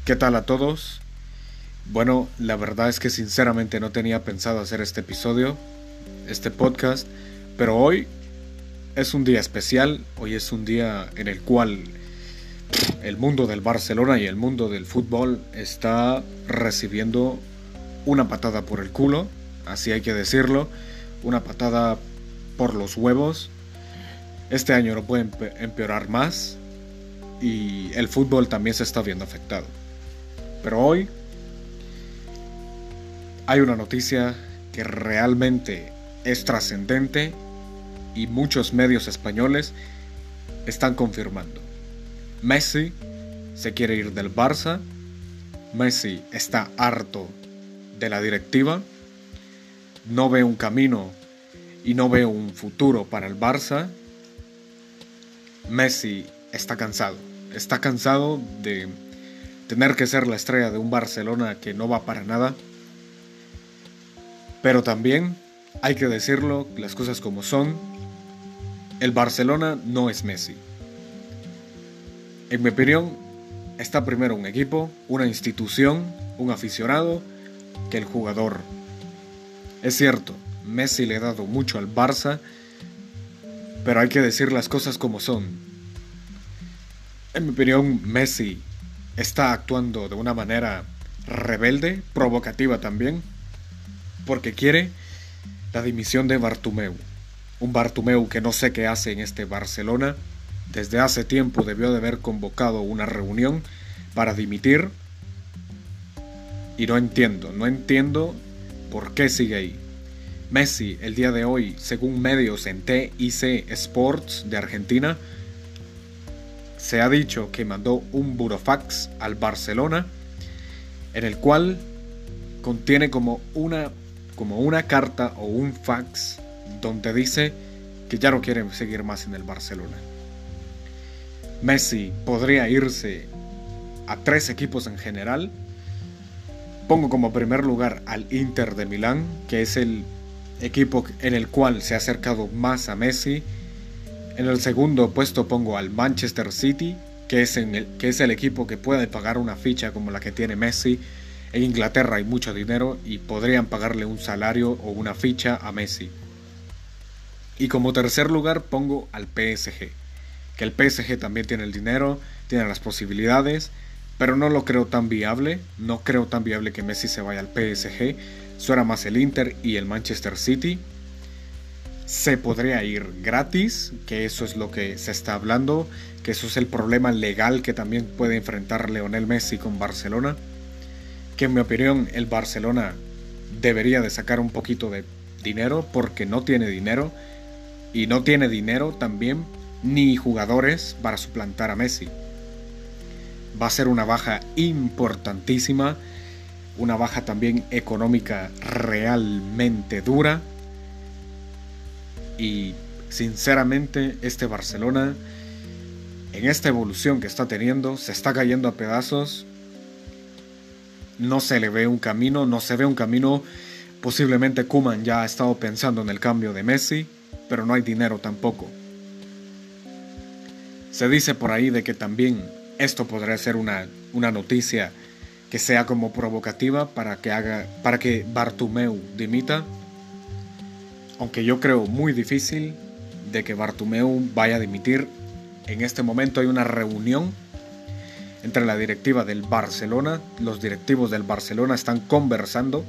¿Qué tal a todos? Bueno, la verdad es que sinceramente no tenía pensado hacer este episodio, este podcast, pero hoy es un día especial, hoy es un día en el cual el mundo del Barcelona y el mundo del fútbol está recibiendo una patada por el culo, así hay que decirlo, una patada por los huevos. Este año no puede empeorar más y el fútbol también se está viendo afectado. Pero hoy hay una noticia que realmente es trascendente y muchos medios españoles están confirmando. Messi se quiere ir del Barça. Messi está harto de la directiva. No ve un camino y no ve un futuro para el Barça. Messi está cansado. Está cansado de tener que ser la estrella de un Barcelona que no va para nada. Pero también hay que decirlo, las cosas como son. El Barcelona no es Messi. En mi opinión, está primero un equipo, una institución, un aficionado, que el jugador. Es cierto, Messi le ha dado mucho al Barça, pero hay que decir las cosas como son. En mi opinión, Messi está actuando de una manera rebelde, provocativa también, porque quiere la dimisión de Bartomeu. Un Bartomeu que no sé qué hace en este Barcelona. Desde hace tiempo debió de haber convocado una reunión para dimitir. Y no entiendo por qué sigue ahí. Messi, el día de hoy, según medios en TIC Sports de Argentina, se ha dicho que mandó un burofax al Barcelona, en el cual contiene como una carta o un fax donde dice que ya no quiere seguir más en el Barcelona. Messi podría irse a 3 equipos en general. Pongo como primer lugar al Inter de Milán, que es el equipo en el cual se ha acercado más a Messi. En el segundo puesto pongo al Manchester City, que es el equipo que puede pagar una ficha como la que tiene Messi. En Inglaterra hay mucho dinero y podrían pagarle un salario o una ficha a Messi. Y como tercer lugar pongo al PSG, que el PSG también tiene el dinero, tiene las posibilidades, pero no lo creo tan viable. No creo tan viable que Messi se vaya al PSG. Suena más el Inter y el Manchester City. Se podría ir gratis, que eso es lo que se está hablando, que eso es el problema legal que también puede enfrentar Lionel Messi con Barcelona. Que en mi opinión el Barcelona debería de sacar un poquito de dinero porque no tiene dinero. Y no tiene dinero también ni jugadores para suplantar a Messi. Va a ser una baja importantísima, una baja también económica realmente dura. Y sinceramente este Barcelona, en esta evolución que está teniendo, se está cayendo a pedazos. No se le ve un camino, no se ve un camino. Posiblemente Koeman ya ha estado pensando en el cambio de Messi, pero no hay dinero tampoco. Se dice por ahí de que también esto podría ser una noticia que sea como provocativa para que Bartomeu dimita. Aunque yo creo muy difícil de que Bartomeu vaya a dimitir. En este momento hay una reunión entre la directiva del Barcelona. Los directivos del Barcelona están conversando.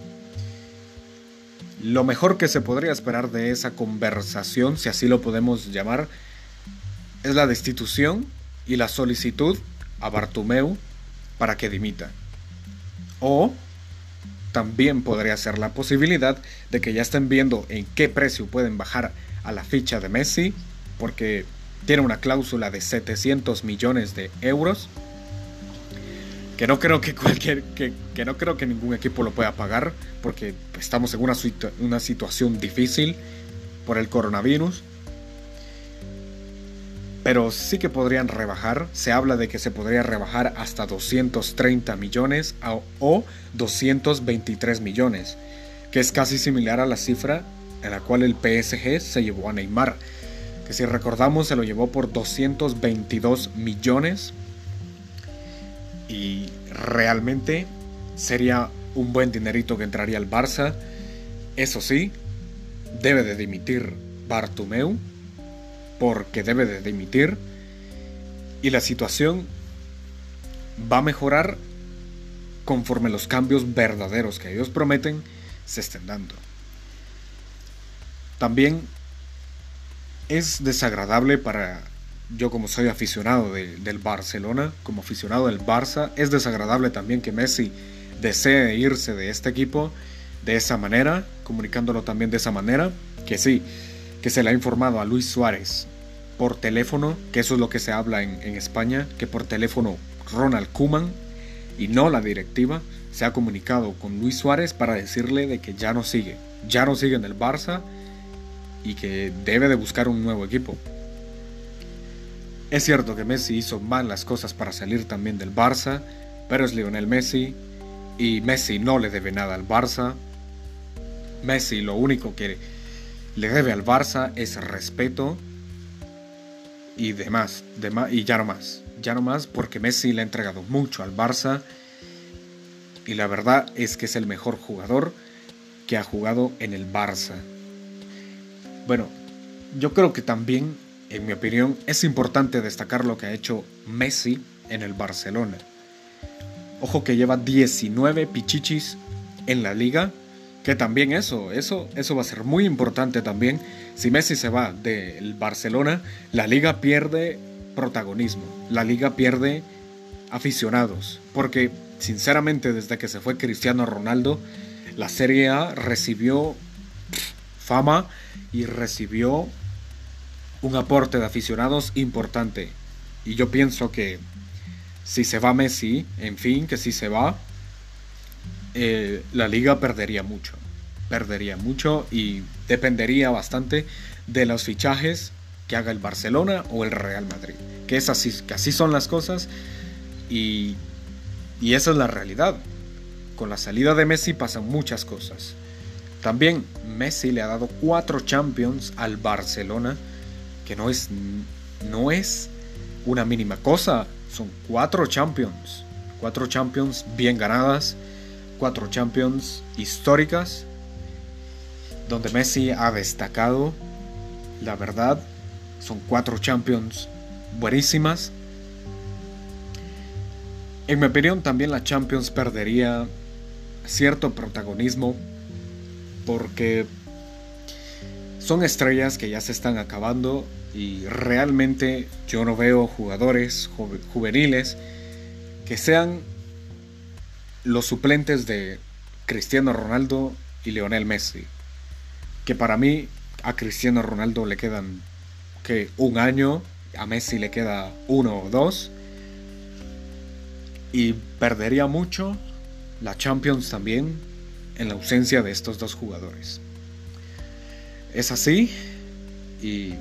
Lo mejor que se podría esperar de esa conversación, si así lo podemos llamar, es la destitución y la solicitud a Bartomeu para que dimita. O también podría ser la posibilidad de que ya estén viendo en qué precio pueden bajar a la ficha de Messi, porque tiene una cláusula de 700 millones de euros, que no creo que no creo que ningún equipo lo pueda pagar, porque estamos en una situación difícil por el coronavirus. Pero sí que podrían rebajar. Se habla de que se podría rebajar hasta 230 millones o 223 millones, que es casi similar a la cifra en la cual el PSG se llevó a Neymar, que si recordamos se lo llevó por 222 millones. Y realmente sería un buen dinerito que entraría al Barça. Eso sí, debe de dimitir Bartomeu, porque debe de dimitir, y la situación va a mejorar conforme los cambios verdaderos que ellos prometen se estén dando. También es desagradable para yo, como soy aficionado del Barcelona, como aficionado del Barça, es desagradable también que Messi desee irse de este equipo de esa manera, comunicándolo también de esa manera, que sí, que se le ha informado a Luis Suárez por teléfono, que eso es lo que se habla en España, que por teléfono Ronald Koeman y no la directiva se ha comunicado con Luis Suárez para decirle de que ya no sigue en el Barça y que debe de buscar un nuevo equipo. Es cierto que Messi hizo mal las cosas para salir también del Barça, pero es Lionel Messi y Messi no le debe nada al Barça. Messi lo único que le debe al Barça es respeto y demás, y ya no más, porque Messi le ha entregado mucho al Barça y la verdad es que es el mejor jugador que ha jugado en el Barça. Bueno, yo creo que también, en mi opinión, es importante destacar lo que ha hecho Messi en el Barcelona. Ojo que lleva 19 pichichis en la liga, que también eso va a ser muy importante también. Si Messi se va del Barcelona, la liga pierde protagonismo, la liga pierde aficionados, porque sinceramente desde que se fue Cristiano Ronaldo, la Serie A recibió fama y recibió un aporte de aficionados importante. Y yo pienso que si se va Messi, en fin, que si se va, la liga perdería mucho y dependería bastante de los fichajes que haga el Barcelona o el Real Madrid, que así son las cosas y esa es la realidad. Con la salida de Messi pasan muchas cosas. También Messi le ha dado 4 Champions al Barcelona, que no es una mínima cosa, son 4 Champions bien ganadas, 4 Champions históricas, donde Messi ha destacado. La verdad, son 4 Champions buenísimas. En mi opinión, también la Champions perdería cierto protagonismo porque son estrellas que ya se están acabando y realmente yo no veo jugadores juveniles que sean los suplentes de Cristiano Ronaldo y Lionel Messi, que para mí a Cristiano Ronaldo le quedan un año, a Messi le queda 1 o 2, y perdería mucho la Champions también en la ausencia de estos dos jugadores. Es así y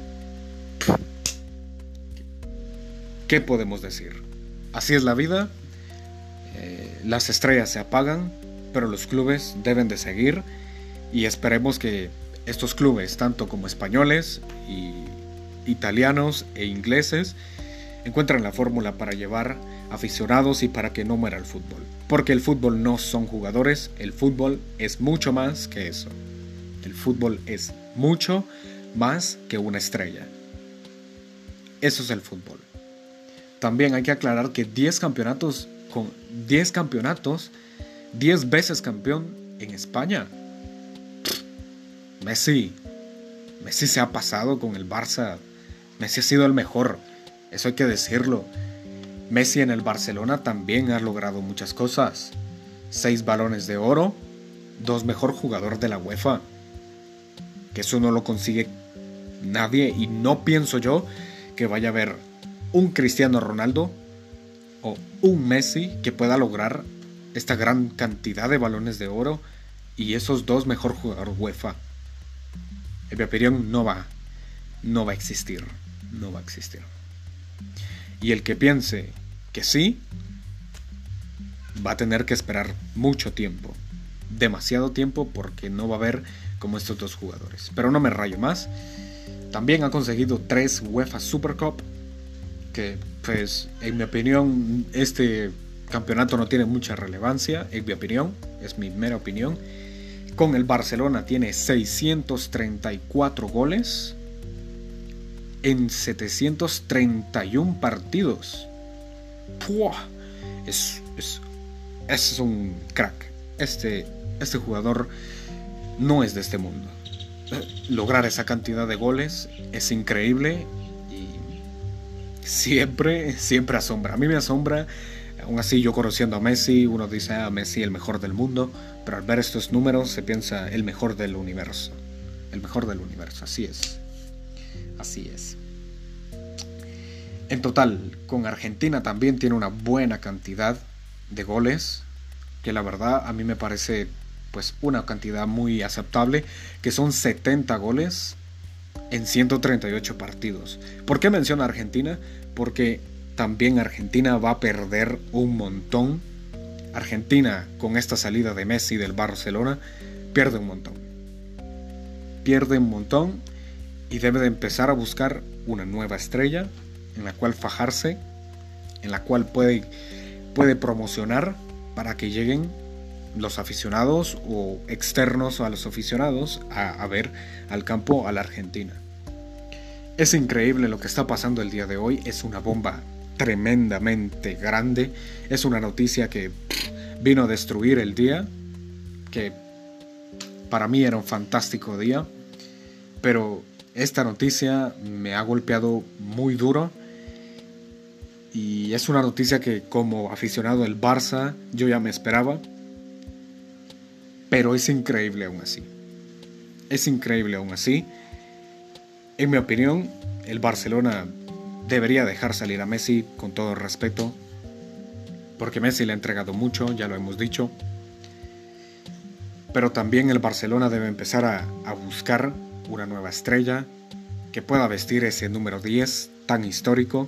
¿qué podemos decir? Así es la vida. Las estrellas se apagan, pero los clubes deben de seguir y esperemos que estos clubes, tanto como españoles y italianos e ingleses, encuentren la fórmula para llevar aficionados y para que no muera el fútbol. Porque el fútbol no son jugadores, el fútbol es mucho más que eso. El fútbol es mucho más que una estrella. Eso es el fútbol. También hay que aclarar que 10 campeonatos, 10 veces campeón en España. Messi se ha pasado con el Barça. Messi ha sido el mejor, eso hay que decirlo. Messi en el Barcelona también ha logrado muchas cosas. 6 balones de oro, 2 mejor jugador de la UEFA. Que eso no lo consigue nadie y no pienso yo que vaya a haber un Cristiano Ronaldo o un Messi que pueda lograr esta gran cantidad de balones de oro y esos 2 mejor jugador UEFA. En mi opinión no va a existir. Y el que piense que sí, va a tener que esperar mucho tiempo, demasiado tiempo, porque no va a haber como estos 2 jugadores. Pero no me rayo más. También ha conseguido 3 UEFA Super Cup, que pues en mi opinión este campeonato no tiene mucha relevancia, en mi opinión, es mi mera opinión. Con el Barcelona tiene 634 goles en 731 partidos. ¡Puah! Es un crack. Este jugador no es de este mundo. Lograr esa cantidad de goles es increíble y siempre asombra. A mí me asombra. Aún así, yo conociendo a Messi, uno dice, Messi el mejor del mundo, pero al ver estos números se piensa el mejor del universo. El mejor del universo, así es. Así es. En total, con Argentina también tiene una buena cantidad de goles, que la verdad a mí me parece pues una cantidad muy aceptable, que son 70 goles en 138 partidos. ¿Por qué menciono a Argentina? Porque también Argentina va a perder un montón. Argentina, con esta salida de Messi del Barcelona, pierde un montón. Pierde un montón y debe de empezar a buscar una nueva estrella en la cual fajarse, en la cual puede promocionar para que lleguen los aficionados o externos a los aficionados a ver al campo a la Argentina. Es increíble lo que está pasando el día de hoy. Es una bomba tremendamente grande. Es una noticia que vino a destruir el día, que para mí era un fantástico día, pero esta noticia me ha golpeado muy duro y es una noticia que como aficionado del Barça yo ya me esperaba, pero es increíble aún así. Es increíble aún así. En mi opinión, el Barcelona debería dejar salir a Messi con todo respeto, porque Messi le ha entregado mucho, ya lo hemos dicho. Pero también el Barcelona debe empezar a buscar una nueva estrella que pueda vestir ese número 10 tan histórico.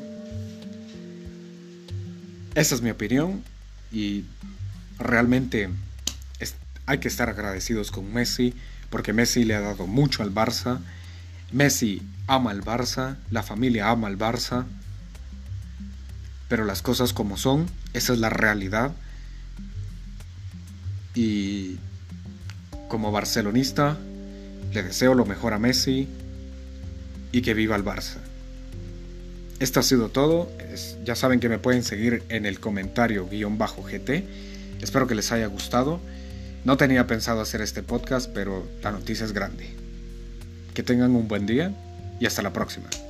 Esa es mi opinión y realmente hay que estar agradecidos con Messi, porque Messi le ha dado mucho al Barça. Messi ama al Barça, la familia ama al Barça, pero las cosas como son, esa es la realidad. Y como barcelonista le deseo lo mejor a Messi y que viva el Barça. Esto ha sido todo. Ya saben que me pueden seguir en el comentario _GT. Espero que les haya gustado. No tenía pensado hacer este podcast, pero la noticia es grande. Que tengan un buen día y hasta la próxima.